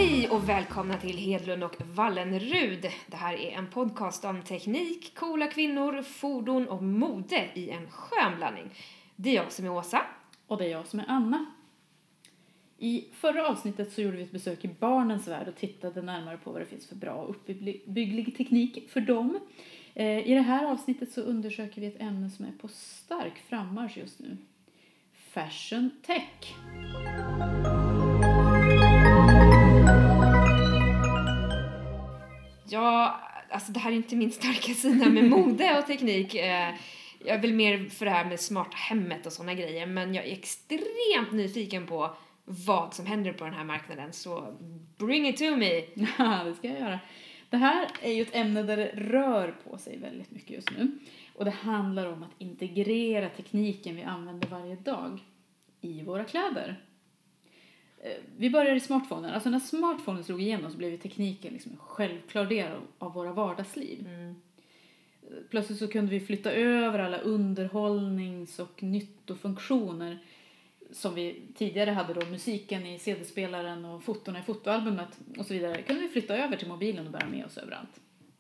Hej och välkomna till Hedlund och Wallenrud. Det här är en podcast om teknik, coola kvinnor, fordon och mode i en skön blandning. Det är jag som är Åsa. Och det är jag som är Anna. I förra avsnittet så gjorde vi ett besök i barnens värld och tittade närmare på vad det finns för bra och uppbygglig teknik för dem. I det här avsnittet så undersöker vi ett ämne som är på stark frammarsch just nu. Fashion tech. Ja, alltså det här är inte min starka sida med mode och teknik. Jag är väl mer för det här med smarta hemmet och sådana grejer. Men jag är extremt nyfiken på vad som händer på den här marknaden. Så bring it to me! Ja, det ska jag göra. Det här är ju ett ämne där det rör på sig väldigt mycket just nu. Och det handlar om att integrera tekniken vi använder varje dag i våra kläder. Vi börjar i smartphonen. Alltså när smartphonen slog igenom så blev tekniken liksom en självklar del av våra vardagsliv. Plötsligt så kunde vi flytta över alla underhållnings- och nyttofunktioner som vi tidigare hade då, musiken i CD-spelaren och fotorna i fotoalbumet och så vidare, kunde vi flytta över till mobilen och bära med oss överallt.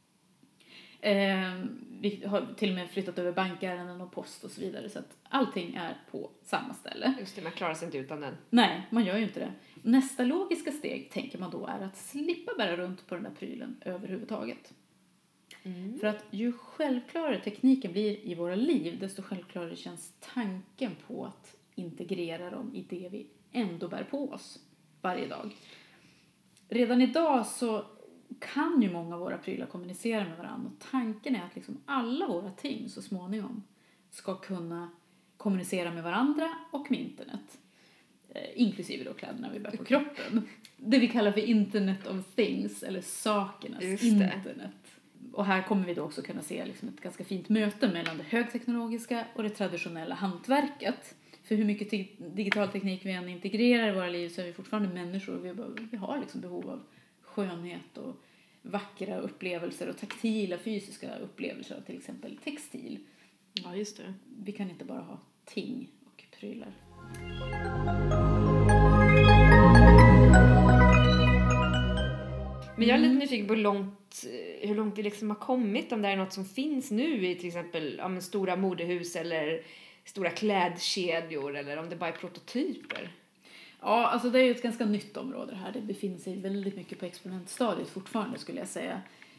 Vi har till och med flyttat över bankärenden och post och så vidare, så att allting är på samma ställe. Just det, man klarar sig inte utan den. Nej, man gör ju inte det. Nästa logiska steg, tänker man då, är att slippa bära runt på den där prylen överhuvudtaget. För att ju självklarare tekniken blir i våra liv, desto självklarare känns tanken på att integrera dem i det vi ändå bär på oss varje dag. Redan idag så kan ju många av våra prylar kommunicera med varandra. Och tanken är att liksom alla våra ting så småningom ska kunna kommunicera med varandra och med internet. Inklusive då kläderna vi bär på kroppen. Det vi kallar för Internet of Things, eller sakernas internet. Och här kommer vi då också kunna se liksom ett ganska fint möte mellan det högteknologiska och det traditionella hantverket. För hur mycket digital teknik vi än integrerar i våra liv så är vi fortfarande människor. Vi har liksom behov av skönhet och vackra upplevelser och taktila fysiska upplevelser av till exempel textil. Ja, just det. Vi kan inte bara ha ting och prylar. Men jag är lite nyfiken på hur långt det liksom har kommit. Om det är något som finns nu i till exempel stora modehus eller stora klädkedjor. Eller om det bara är prototyper. Ja, alltså det är ju ett ganska nytt område här. Det befinner sig väldigt mycket på experimentstadiet fortfarande, skulle jag säga.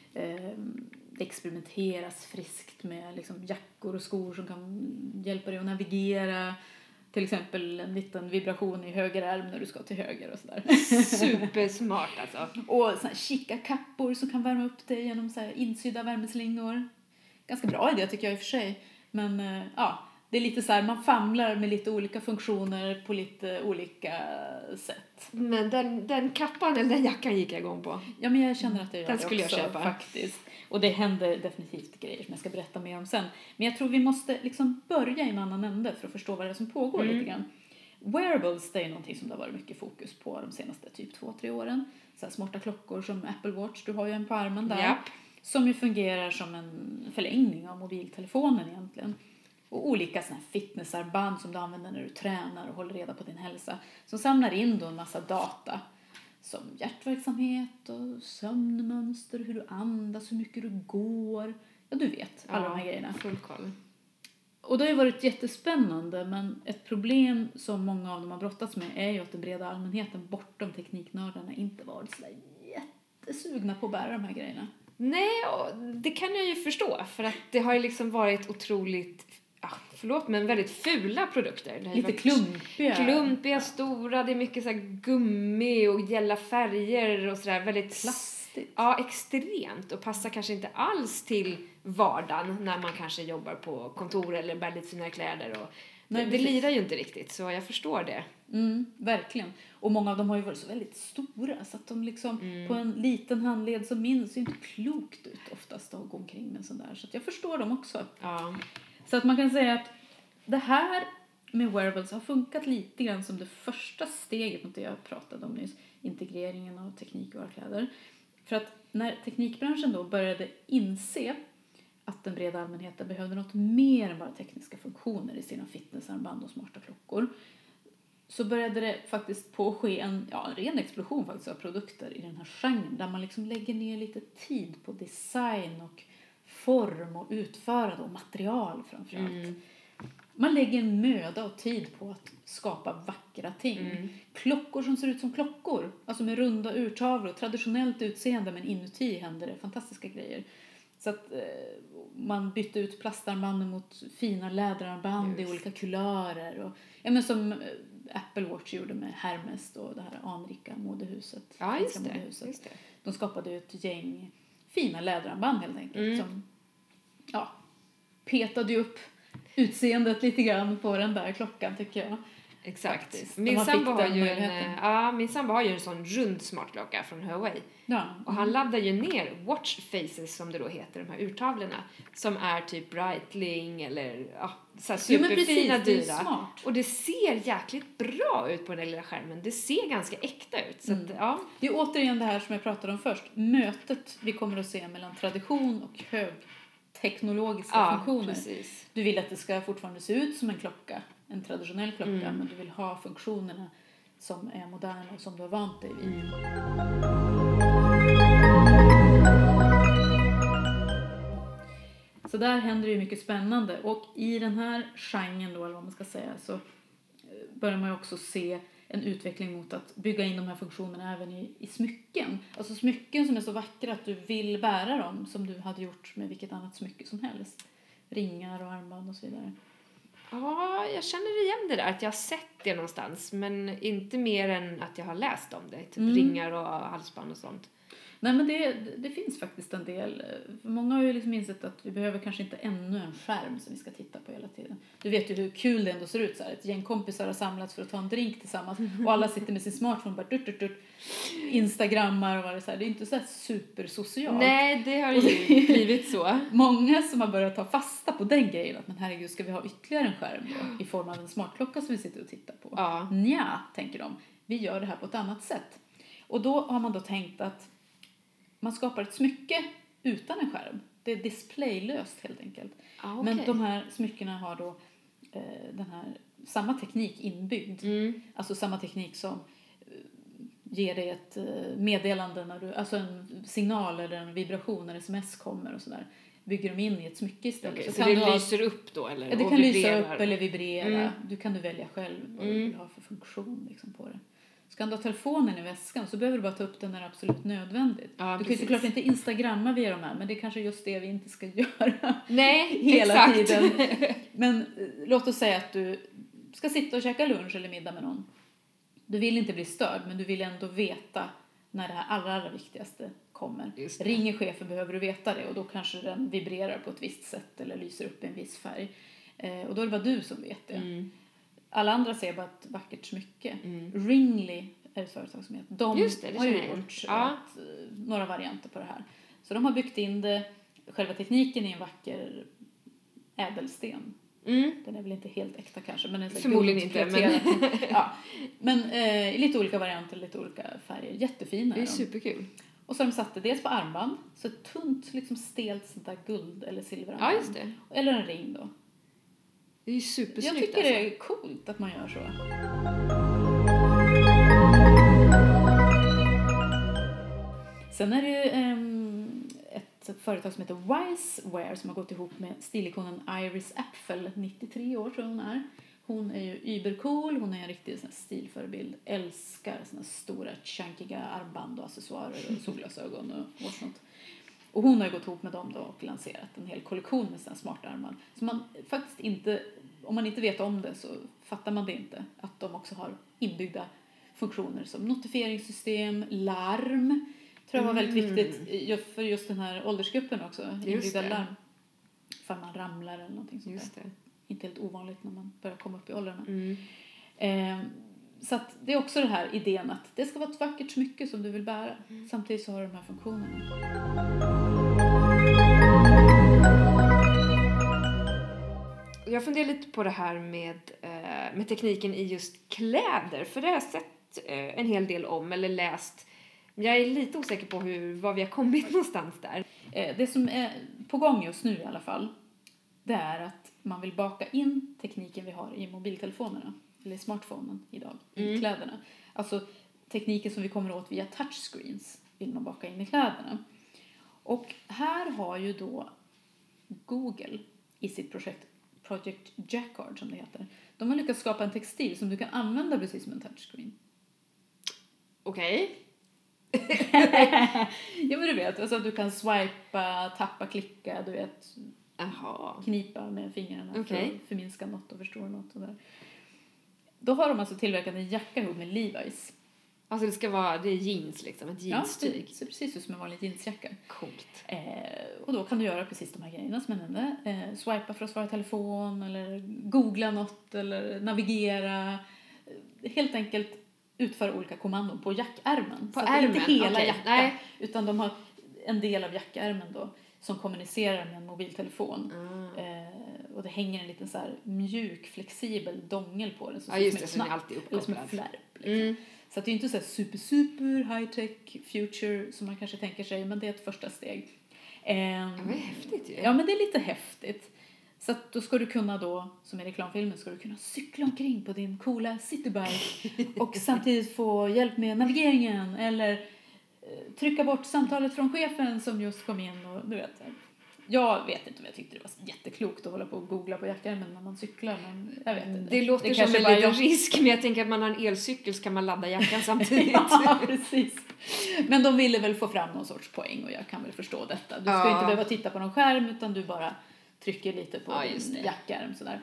Det experimenteras friskt med liksom jackor och skor som kan hjälpa dig att navigera. Till exempel en liten vibration i höger arm när du ska till höger och sådär. Supersmart alltså. Och såna här chica kappor som kan värma upp dig genom så här insydda värmeslingor. Ganska bra idé tycker jag i och för sig. Men ja, det är lite så här, man famlar med lite olika funktioner på lite olika sätt. Men den kappan eller den jackan gick jag igång på. Ja, men jag känner att det gör den det skulle också, jag köpa. Faktiskt. Och det händer definitivt grejer som jag ska berätta mer om sen. Men jag tror vi måste liksom börja i en annan ände för att förstå vad det är som pågår lite grann. Wearables, det är någonting som det har varit mycket fokus på de senaste typ 2-3 åren. Så här smarta klockor som Apple Watch, du har ju en på armen där. Yep. Som ju fungerar som en förlängning av mobiltelefonen egentligen. Och olika såna här fitnessarmband som du använder när du tränar och håller reda på din hälsa. Som samlar in då en massa data. Som hjärtverksamhet och sömnmönster, hur du andas, hur mycket du går. Ja, du vet, alla de här grejerna. Full koll. Och det har ju varit jättespännande, men ett problem som många av dem har brottats med är ju att den breda allmänheten bortom tekniknördarna inte varit så där jättesugna på att bära de här grejerna. Nej, och det kan jag ju förstå. För att det har ju liksom varit otroligt, men väldigt fula produkter. Lite klumpiga, stora, det är mycket så här gummi och gälla färger och sådär. Väldigt plastigt. Ja, extremt. Och passar kanske inte alls till vardagen när man kanske jobbar på kontor eller bär lite finare kläder. Och det lirar ju inte riktigt, så jag förstår det. Verkligen. Och många av dem har ju varit så väldigt stora så att de liksom på en liten handled så minns ju inte klokt ut oftast att gå omkring med sån där. Så att jag förstår dem också. Ja. Så att man kan säga att det här med wearables har funkat lite grann som det första steget mot det jag pratade om nyss. Integreringen av teknik i våra kläder. För att när teknikbranschen då började inse att den breda allmänheten behövde något mer än bara tekniska funktioner i sina fitnessarmband och smarta klockor. så började det faktiskt ske en ren explosion faktiskt av produkter i den här genren. Där man liksom lägger ner lite tid på design och form och utförande och material framförallt. Man lägger möda och tid på att skapa vackra ting. Klockor som ser ut som klockor. Alltså med runda urtavlor. Traditionellt utseende, men inuti händer det fantastiska grejer. Så att man bytte ut plastarmbanden mot fina läderarmband i olika kulörer. Och, men som Apple Watch gjorde med Hermes och det här anrika modehuset. Ja, just det. De skapade ett gäng fina läderarmband helt enkelt. Som petade ju upp utseendet lite grann på den där klockan, tycker jag. Exakt. Min sambo har ju en sån rund smartklocka från Huawei. Ja. Och han laddar ju ner watch faces, som det då heter, de här urtavlorna. Som är typ Breitling eller så här superfina, dyra. Och det ser jäkligt bra ut på den lilla skärmen. Det ser ganska äkta ut. Så att, det är återigen det här som jag pratade om först. Mötet vi kommer att se mellan tradition och högteknologiska funktioner. Precis. Du vill att det ska fortfarande se ut som en klocka. En traditionell klocka, men du vill ha funktionerna som är moderna och som du har vant dig vid. Så där händer ju mycket spännande. Och i den här genren då, eller vad man ska säga, så börjar man ju också se en utveckling mot att bygga in de här funktionerna även i smycken. Alltså smycken som är så vackra att du vill bära dem som du hade gjort med vilket annat smycke som helst. Ringar och armband och så vidare. Ja, jag känner igen det där. Att jag har sett det någonstans. Men inte mer än att jag har läst om det. Typ ringar och halsband och sånt. Nej, men det finns faktiskt en del. Många har ju liksom insett att vi behöver kanske inte ännu en skärm som vi ska titta på hela tiden. Du vet ju hur kul det ändå ser ut så här. Ett gäng kompisar har samlats för att ta en drink tillsammans. Och alla sitter med sin smartphone och bara instagrammar och vad det är så här. Det är inte så här supersocialt. Nej, det har ju blivit så. Många som har börjat ta fasta på den grejen. Att men herregud, ska vi ha ytterligare en skärm då? I form av en smartklocka som vi sitter och tittar på. Ja. Nja, tänker de. Vi gör det här på ett annat sätt. Och då har man då tänkt att man skapar ett smycke utan en skärm. Det är displaylöst helt enkelt. Okay. Men de här smyckena har då den här samma teknik inbyggd. Alltså samma teknik som ger dig ett meddelande när du, alltså en signal eller en vibration när sms kommer och sådär. Bygger de in i ett smycke istället. Okay, så det lyser upp då? Eller, det kan lysa upp eller vibrera. Du kan välja själv vad du vill ha för funktion liksom på det. Ska du ha telefonen i väskan så behöver du bara ta upp den när det är absolut nödvändigt. Ja, du kan ju såklart inte instagramma via de här, men det är kanske just det vi inte ska göra. Nej, hela exakt. Tiden. Men låt oss säga att du ska sitta och käka lunch eller middag med någon. Du vill inte bli störd, men du vill ändå veta när det här allra viktigaste kommer. Ringer chefen behöver du veta det och då kanske den vibrerar på ett visst sätt eller lyser upp i en viss färg. Och då är det bara du som vet det. Alla andra ser bara ett vackert smycke. Ringly är ett företag som heter. De har ju gjort några varianter på det här. Så de har byggt in det. Själva tekniken är en vacker ädelsten. Den är väl inte helt äkta kanske. Men förmodligen inte. Men i lite olika varianter, lite olika färger. Jättefina. Det är superkul. Och så har de satt det dels på armband. Så ett tunt, liksom stelt sånt där guld- eller silverarmband. Ja, just det. Eller en ring då. Det är ju supersnyggt. Jag tycker det är coolt att man gör så. Sen är det ju ett företag som heter Wiseware som har gått ihop med stilikonen Iris Apfel, 93 år tror jag hon är. Hon är ju übercool, hon är en riktig sån här stilförebild. Älskar såna stora chunkiga armband och accessoarer och solglasögon och sånt. Och hon har ju gått ihop med dem då och lanserat en hel kollektion med sina smarta armband. Så man faktiskt inte, om man inte vet om det så fattar man det inte. Att de också har inbyggda funktioner som notifieringssystem, larm. Tror jag var väldigt viktigt för just den här åldersgruppen också. Inbyggda larm. För man ramlar eller någonting sånt just där. Det. Inte helt ovanligt när man börjar komma upp i åldrarna. Så att det är också den här idén att det ska vara ett vackert smycke som du vill bära. Samtidigt så har du de här funktionerna. Jag funderar lite på det här med tekniken i just kläder. För det har jag sett en hel del om eller läst. Jag är lite osäker på var vi har kommit någonstans där. Det som är på gång just nu i alla fall. Det är att man vill baka in tekniken vi har i mobiltelefonerna. eller smartphonen idag i kläderna. Alltså tekniken som vi kommer åt via touchscreens vill man baka in i kläderna. Och här har ju då Google i sitt Project Jacquard som det heter. De har lyckats skapa en textil som du kan använda precis som en touchscreen. Okej. Ja, men du vet, alltså att du kan swipa, tappa, klicka, du vet, knipa med fingrarna för att förminska något och förstora något och där. Då har de alltså tillverkat en jacka ihop med Levi's. Alltså det är jeans liksom, ett jeanstyg. Ja, det ser precis ut som en vanlig jeansjacka. Coolt. Och då kan du göra precis de här grejerna som jag nämnde. Swipa för att svara i telefon eller googla något eller navigera. Helt enkelt utföra olika kommandon på jackärmen. På så ärmen? Inte hela jackan, Nej. utan de har en del av jackärmen då som kommunicerar med en mobiltelefon. Och det hänger en liten så här mjuk, flexibel dongel på den. Ja, just det, som är alltid eller som en flärp. Liksom. Så att det är inte så här super high-tech future som man kanske tänker sig, men det är ett första steg. Det är häftigt ju. Ja, men det är lite häftigt. Så att då ska du kunna då, som i reklamfilmen, ska du kunna cykla omkring på din coola citybike och samtidigt få hjälp med navigeringen eller trycka bort samtalet från chefen som just kom in och du vet. Jag vet inte om jag tyckte det var jätteklokt att hålla på och googla på jackärmen när man cyklar, men jag vet inte. Det låter som en liten risk, men jag tänker att man har en elcykel så kan man ladda jackan samtidigt. Ja, precis. Men de ville väl få fram någon sorts poäng och jag kan väl förstå detta. Du ska inte behöva titta på någon skärm utan du bara trycker lite på din jackärm sådär.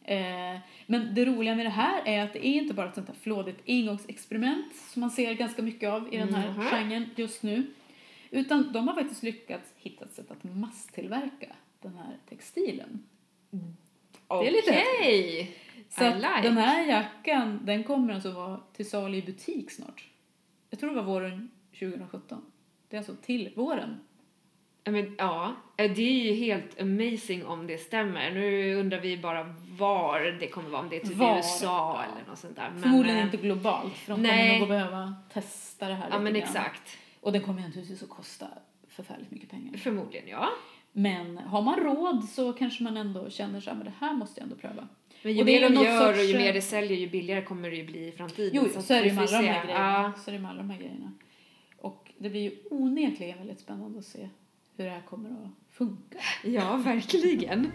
Men det roliga med det här är att det är inte bara ett sånt här flådigt engångsexperiment som man ser ganska mycket av i den här genren just nu. Utan de har faktiskt lyckats hitta ett sätt att masstillverka den här textilen. Det är lite häftigt. Så att den här jackan, den kommer alltså vara till salu i butik snart. Jag tror det var våren 2017. Det är alltså till våren. Men, ja, det är ju helt amazing om det stämmer. Nu undrar vi bara var det kommer vara, om det är typ i USA eller något sånt där. Men, förmodligen inte globalt, för de kommer nog att behöva testa det här lite men grann. Exakt. Och den kommer naturligtvis att kosta förfärligt mycket pengar. Förmodligen, ja. Men har man råd så kanske man ändå känner så här, men det här måste jag ändå pröva. Men ju mer de gör och ju mer det säljer, ju billigare kommer det ju bli i framtiden. Jo, så är det ju med alla de här grejerna. Så är det med alla de här grejerna. Och det blir ju onekligen väldigt spännande att se hur det här kommer att funka. Ja, verkligen.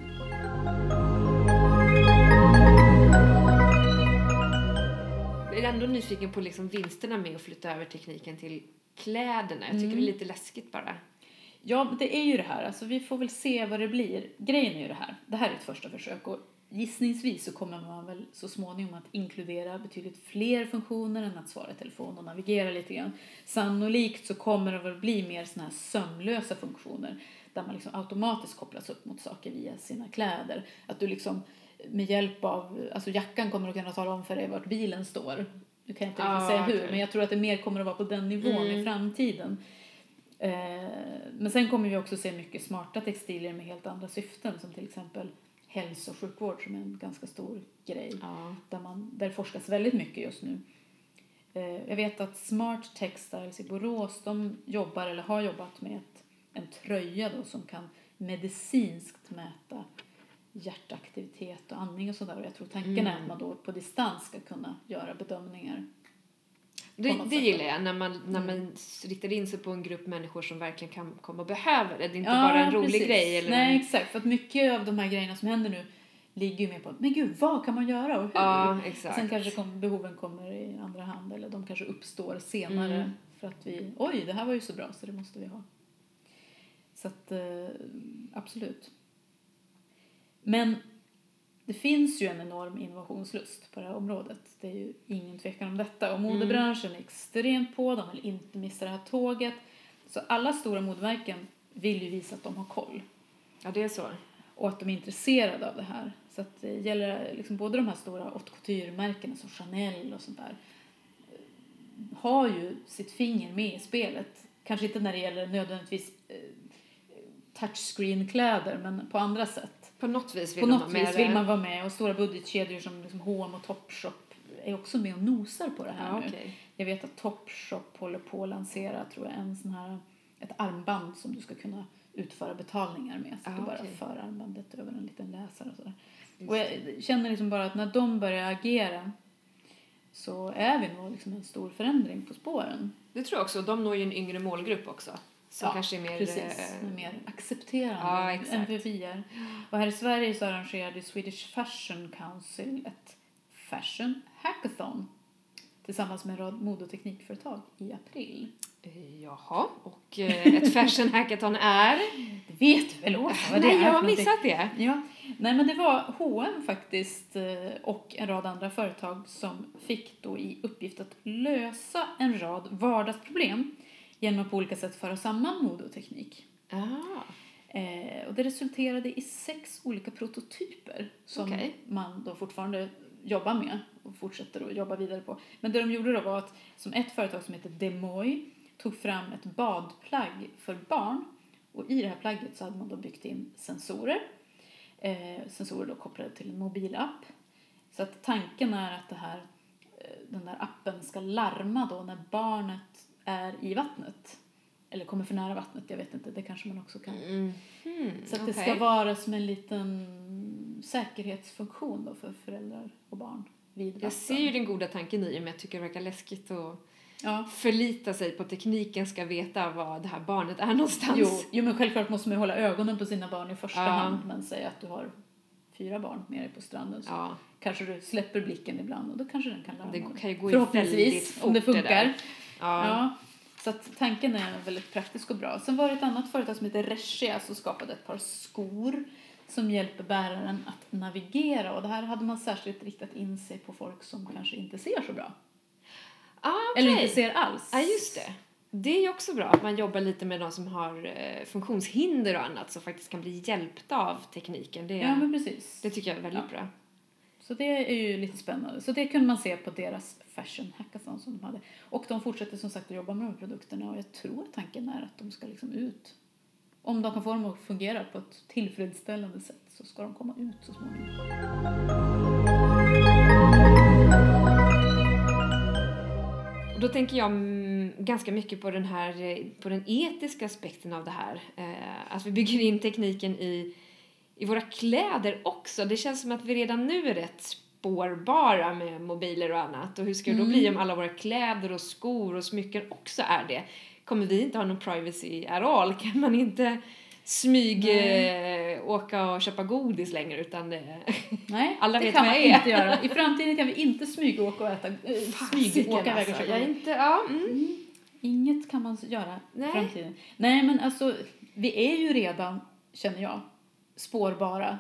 Jag är ändå nyfiken på liksom vinsterna med att flytta över tekniken till kläderna. Jag tycker det är lite läskigt bara. Ja, det är ju det här. Alltså, vi får väl se vad det blir. Grejen är ju det här. Det här är ett första försök. Och gissningsvis så kommer man väl så småningom att inkludera betydligt fler funktioner än att svara i telefon och navigera lite grann. Sannolikt så kommer det väl bli mer såna här sömlösa funktioner. Där man liksom automatiskt kopplas upp mot saker via sina kläder. Att du liksom med hjälp av, alltså jackan kommer att kunna tala om för dig vart bilen står. Du kan inte riktigt säga hur, men jag tror att det mer kommer att vara på den nivån i framtiden. Men sen kommer vi också se mycket smarta textilier med helt andra syften, som till exempel hälso- och sjukvård som är en ganska stor grej. Där forskas väldigt mycket just nu. Jag vet att Smart Textiles i Borås, de jobbar eller har jobbat med en tröja då som kan medicinskt mäta hjärtaktivitet och andning och sådär. Och jag tror tanken är att man då på distans ska kunna göra bedömningar. Det gillar jag, när man riktar in sig på en grupp människor som verkligen kan komma och behöver det. Det är inte bara en rolig grej. Eller nej, exakt. För att mycket av de här grejerna som händer nu ligger ju mer på, men gud, vad kan man göra och hur? Ja, exakt. Sen kanske behoven kommer i andra hand, eller de kanske uppstår senare för att det här var ju så bra så det måste vi ha. Så att, absolut. Men det finns ju en enorm innovationslust på det här området. Det är ju ingen tvekan om detta. Och modebranschen är extremt på. De vill inte missa det här tåget. Så alla stora modemärken vill ju visa att de har koll. Ja, det är så. Och att de är intresserade av det här. Så att det gäller liksom både de här stora haute couture-märkena som Chanel och sånt där. Har ju sitt finger med i spelet. Kanske inte när det gäller nödvändigtvis touchscreen-kläder, men på andra sätt. På något vis vill man vara med. Och stora budgetkedjor som liksom H&M och Topshop är också med och nosar på det här nu. Okay. Jag vet att Topshop håller på att lansera, tror jag, ett armband som du ska kunna utföra betalningar med. Så du bara för armbandet över en liten läsare och sådär. Och jag känner liksom bara att när de börjar agera så är vi nog liksom en stor förändring på spåren. Det tror jag också. De når ju en yngre målgrupp också. Som kanske är mer... precis. Mer accepterande än vad vi är. Och här i Sverige så arrangerade Swedish Fashion Council ett Fashion Hackathon tillsammans med en rad mode- och teknikföretag i april. Jaha, och ett Fashion Hackathon är... Det vet du väl, Åsa? Nej, jag har missat det. Ja. Nej, men det var H&M faktiskt och en rad andra företag som fick då i uppgift att lösa en rad vardagsproblem genom att på olika sätt föra samman mode och teknik. Och det resulterade i 6 olika prototyper som man då fortfarande jobbar med och fortsätter att jobba vidare på. Men det de gjorde då var att som ett företag som heter Demoy tog fram ett badplagg för barn. Och i det här plagget så hade man då byggt in sensorer. Sensorer då kopplade till en mobilapp. Så att tanken är att den där appen ska larma då när barnet är i vattnet. Eller kommer för nära vattnet, jag vet inte. Det kanske man också kan. Så att det ska vara som en liten säkerhetsfunktion då för föräldrar och barn vid vatten. Jag ser ju den goda tanken i, men jag tycker det verkar läskigt att förlita sig på tekniken ska veta var det här barnet är någonstans. Jo, men självklart måste man hålla ögonen på sina barn i första hand. Men säg att du har 4 barn med dig på stranden så kanske du släpper blicken ibland och då kanske den kan larma. Det kan ju gå förhoppningsvis, fort om det funkar. Ja. Så att tanken är väldigt praktisk och bra. Sen var det ett annat företag som heter Regia som skapade ett par skor som hjälper bäraren att navigera. Och det här hade man särskilt riktat in sig på folk som kanske inte ser så bra. Eller inte ser alls. Ja, just det. Det är ju också bra att man jobbar lite med de som har funktionshinder och annat som faktiskt kan bli hjälpta av tekniken. Ja, men precis. Det tycker jag är väldigt bra. Så det är ju lite spännande. Så det kunde man se på deras Fashion Hackathon som de hade. Och de fortsätter som sagt att jobba med de produkterna. Och jag tror tanken är att de ska liksom ut. Om de kan få dem att fungera på ett tillfredsställande sätt så ska de komma ut så småningom. Och då tänker jag ganska mycket på på den etiska aspekten av det här. Att vi bygger in tekniken i våra kläder också. Det känns som att vi redan nu är rätt spårbara med mobiler och annat. Och hur ska det då bli om alla våra kläder och skor och smycken också är det? Kommer vi inte ha någon privacy at all? Kan man inte åka och köpa godis längre utan nej, alla det vet kan vad man jag är. Inte göra. I framtiden kan vi inte smygåka och äta smygåka iväg och köpa godis. Inget kan man göra i framtiden. Nej, men alltså vi är ju redan, känner jag, spårbara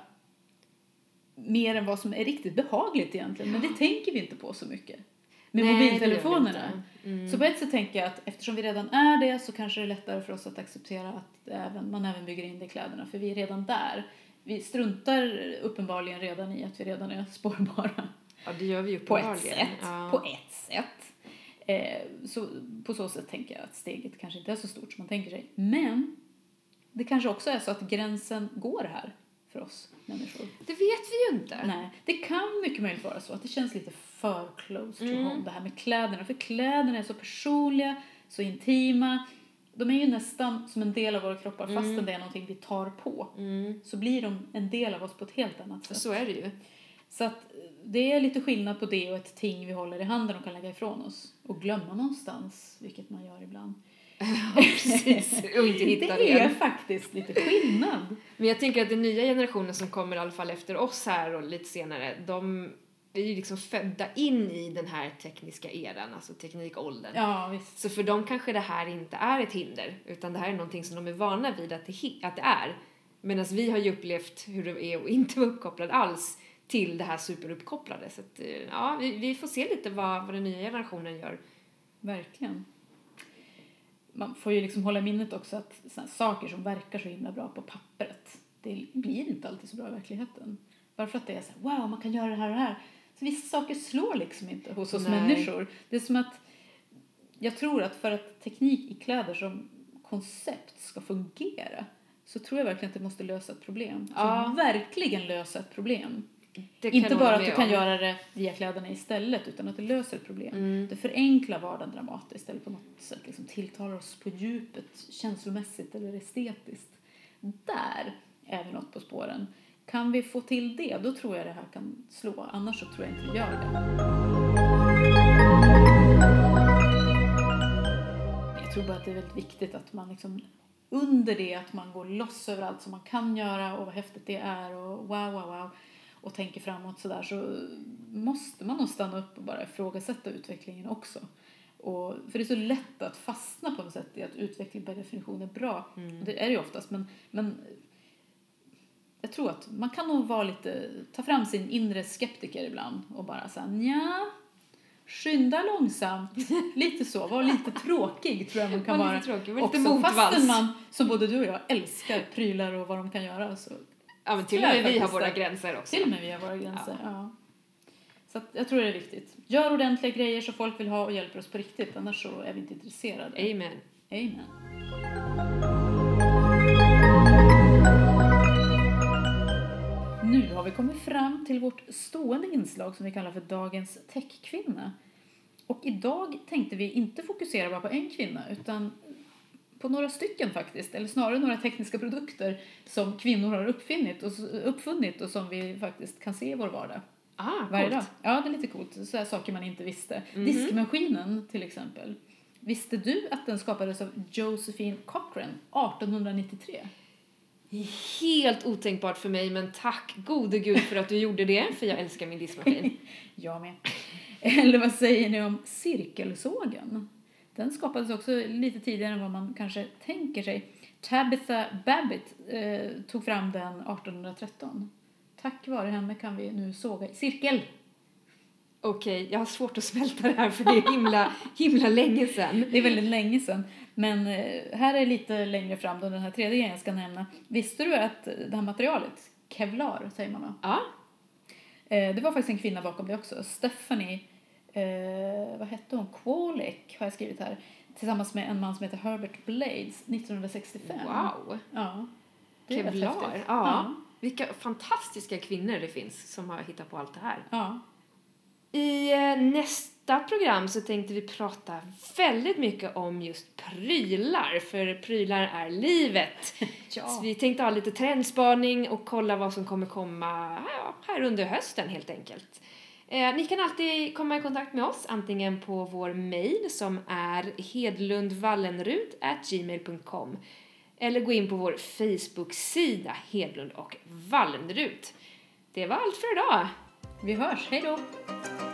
mer än vad som är riktigt behagligt egentligen. Men det tänker vi inte på så mycket. Med mobiltelefonerna. Så på ett sätt tänker jag att eftersom vi redan är det så kanske det är lättare för oss att acceptera att man även bygger in det i kläderna. För vi är redan där. Vi struntar uppenbarligen redan i att vi redan är spårbara. Ja, det gör vi ju på ett sätt. På ett sätt. Så på så sätt tänker jag att steget kanske inte är så stort som man tänker sig. Men det kanske också är så att gränsen går här för oss människor. Det vet vi ju inte. Nej, det kan mycket möjligt vara så att det känns lite för close to home det här med kläderna. För kläderna är så personliga, så intima. De är ju nästan som en del av våra kroppar fastän det är någonting vi tar på. Så blir de en del av oss på ett helt annat sätt. Så är det ju. Så att det är lite skillnad på det och ett ting vi håller i handen och kan lägga ifrån oss. Och glömma någonstans, vilket man gör ibland. Precis, och inte hitta det är faktiskt lite skillnad. Men jag tänker att den nya generationen som kommer i alla fall efter oss här och lite senare, de är ju liksom födda in i den här tekniska eran, alltså teknikåldern. Ja, visst. Så för dem kanske det här inte är ett hinder, utan det här är någonting som de är vana vid att det är. Medan vi har ju upplevt hur det är att inte vara uppkopplad alls till det här superuppkopplade. Så att, ja, vi får se lite vad den nya generationen gör. Verkligen. Man får ju liksom hålla i minnet också att såna saker som verkar så himla bra på pappret, det blir inte alltid så bra i verkligheten. Bara för att det är så här, wow, man kan göra det här och det här. Så vissa saker slår liksom inte hos oss människor. Det är som att, jag tror att för att teknik i kläder som koncept ska fungera, så tror jag verkligen att det måste lösa ett problem. Så verkligen lösa ett problem. Inte bara att du kan göra det via kläderna istället, utan att det löser ett problem. Det förenklar vardagen dramatiskt eller på något sätt liksom tilltalar oss på djupet, känslomässigt eller estetiskt. Där är vi något på spåren. Kan vi få till det, då tror jag det här kan slå. Annars så tror jag inte vi gör det. Jag tror bara att det är väldigt viktigt att man liksom under det att man går loss över allt som man kan göra och vad häftigt det är och wow och tänker framåt sådär, så måste man nog stanna upp och bara ifrågasätta utvecklingen också. Och, för det är så lätt att fastna på något sätt i att utveckling per definition är bra. Och det är det ju oftast, men jag tror att man kan nog ta fram sin inre skeptiker ibland och bara säga nja, skynda långsamt, lite så, var lite tråkig tror jag man kan vara. Också fastän man, som både du och jag, älskar prylar och vad de kan göra. Så ja, men till och med vi har våra gränser också. Till och med vi har våra gränser, ja. Så att jag tror det är viktigt. Gör ordentliga grejer så folk vill ha och hjälper oss på riktigt, annars så är vi inte intresserade. Amen. Nu har vi kommit fram till vårt stående inslag som vi kallar för dagens techkvinna. Och idag tänkte vi inte fokusera bara på en kvinna utan på några stycken faktiskt. Eller snarare några tekniska produkter som kvinnor har uppfunnit och som vi faktiskt kan se i vår vardag. Varje dag. Ja, det är lite coolt. Så här saker man inte visste. Diskmaskinen till exempel. Visste du att den skapades av Josephine Cochrane 1893? Helt otänkbart för mig, men tack gode gud för att du gjorde det, för jag älskar min diskmaskin. Jag med. Eller vad säger ni om cirkelsågen? Den skapades också lite tidigare än vad man kanske tänker sig. Tabitha Babbitt tog fram den 1813. Tack vare henne kan vi nu såga i cirkel. Okej, jag har svårt att smälta det här för det är himla länge sedan. Det är väldigt länge sedan. Men här är lite längre fram då den här tredje grejen jag ska nämna. Visste du att det här materialet, Kevlar säger man va? Ja. Det var faktiskt en kvinna bakom det också. Stephanie, vad hette hon? Kwolek har jag skrivit här. Tillsammans med en man som heter Herbert Blades 1965. Wow. Ja. Kevlar, ja. Vilka fantastiska kvinnor det finns som har hittat på allt det här. Ja. I nästa program så tänkte vi prata väldigt mycket om just prylar, för prylar är livet. Ja. Så vi tänkte ha lite trendspaning och kolla vad som kommer komma här under hösten helt enkelt. Ni kan alltid komma i kontakt med oss antingen på vår mejl som är hedlundvallenrud@gmail.com eller gå in på vår Facebook-sida Hedlund och Wallenrud. Det var allt för idag. Vi hörs, hej då!